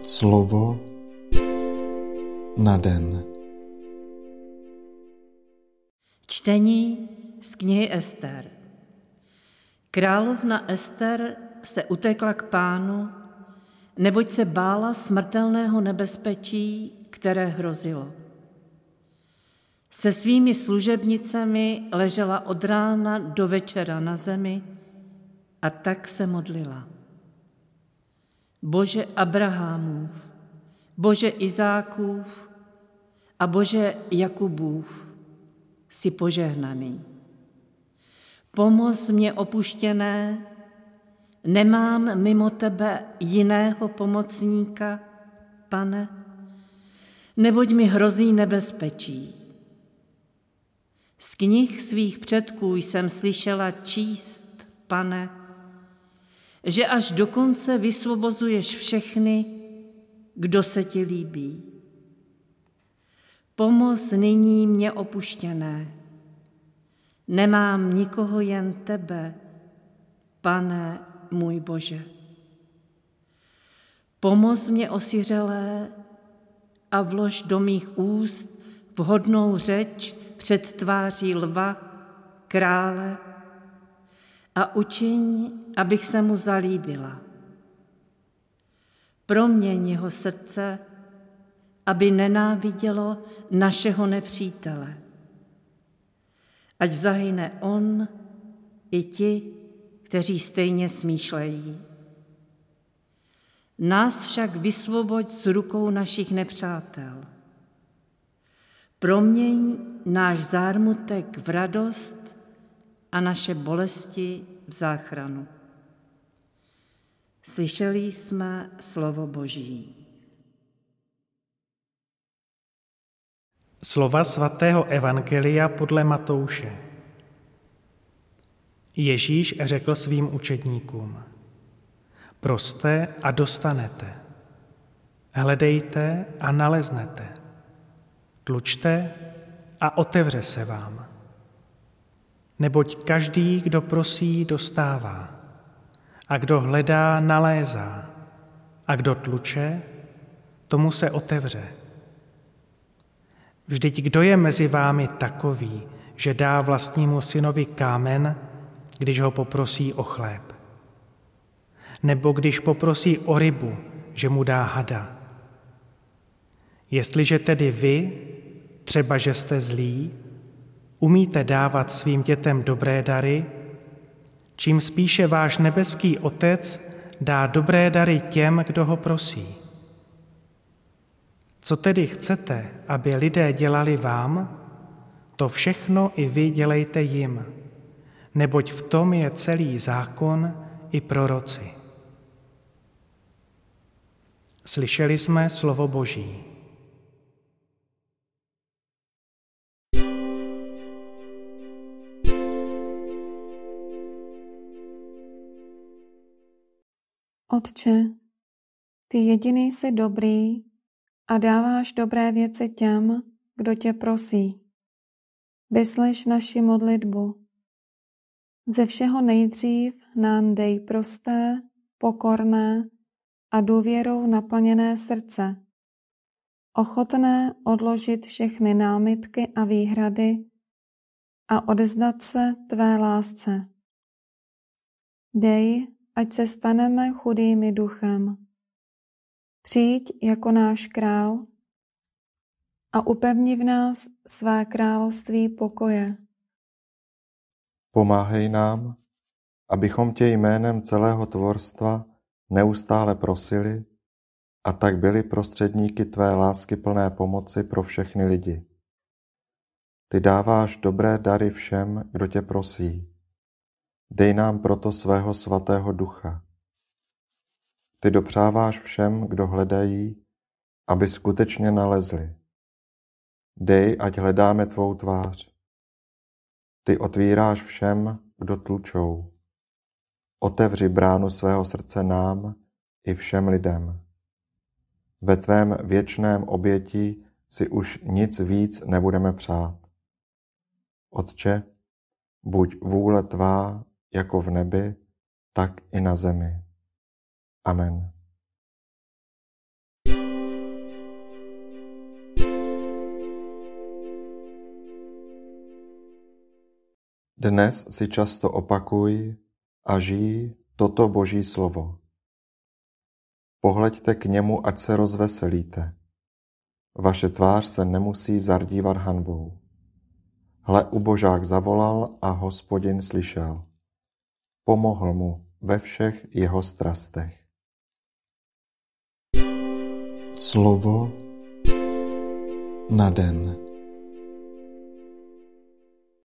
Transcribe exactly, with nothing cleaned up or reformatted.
Slovo na den. Čtení z knihy Ester. Královna Ester se utekla k Pánu, neboť se bála smrtelného nebezpečí, které hrozilo. Se svými služebnicemi ležela od rána do večera na zemi a tak se modlila. Bože Abrahamův, Bože Izákův a Bože Jakubův, jsi požehnaný. Pomoz mě opuštěné, nemám mimo tebe jiného pomocníka, Pane, neboť mi hrozí nebezpečí. Z knih svých předků jsem slyšela číst, Pane, že až do konce vysvobozuješ všechny, kdo se ti líbí. Pomoz nyní mě opuštěné. Nemám nikoho, jen tebe, Pane můj Bože. Pomoz mě osiřelé a vlož do mých úst vhodnou řeč před tváří lva, krále, a učiň, abych se mu zalíbila. Proměň jeho srdce, aby nenávidělo našeho nepřítele. Ať zahyne on i ti, kteří stejně smýšlejí. Nás však vysvoboď z rukou našich nepřátel. Proměň náš zármutek v radost a naše bolesti v záchranu. Slyšeli jsme slovo Boží. Slova svatého evangelia podle Matouše. Ježíš řekl svým učedníkům: Proste a dostanete, hledejte a naleznete, tlučte a otevře se vám. Neboť každý, kdo prosí, dostává, a kdo hledá, nalézá, a kdo tluče, tomu se otevře. Vždyť kdo je mezi vámi takový, že dá vlastnímu synovi kámen, když ho poprosí o chléb? Nebo když poprosí o rybu, že mu dá hada? Jestliže tedy vy, třeba že jste zlí, umíte dávat svým dětem dobré dary, čím spíše váš nebeský Otec dá dobré dary těm, kdo ho prosí. Co tedy chcete, aby lidé dělali vám, to všechno i vy dělejte jim, neboť v tom je celý zákon i proroci. Slyšeli jsme slovo Boží. Otče, ty jediný jsi dobrý a dáváš dobré věci těm, kdo tě prosí. Vyslyš naši modlitbu. Ze všeho nejdřív nám dej prosté, pokorné a důvěrou naplněné srdce, ochotné odložit všechny námitky a výhrady a odevzdat se tvé lásce. Dej, ať se staneme chudými duchem. Přijď jako náš král a upevni v nás své království pokoje. Pomáhej nám, abychom tě jménem celého tvorstva neustále prosili a tak byli prostředníky tvé láskyplné pomoci pro všechny lidi. Ty dáváš dobré dary všem, kdo tě prosí. Dej nám proto svého svatého ducha. Ty dopřáváš všem, kdo hledají, aby skutečně nalezli. Dej, ať hledáme tvou tvář. Ty otvíráš všem, kdo tlučou. Otevři bránu svého srdce nám i všem lidem. Ve tvém věčném obětí si už nic víc nebudeme přát. Otče, buď vůle tvá jako v nebi, tak i na zemi. Amen. Dnes si často opakuj a žij toto Boží slovo. Pohleďte k němu, ať se rozveselíte. Vaše tvář se nemusí zardívat hanbou. Hle, ubožák zavolal a Hospodin slyšel. Pomohl mu ve všech jeho strastech. Slovo na den.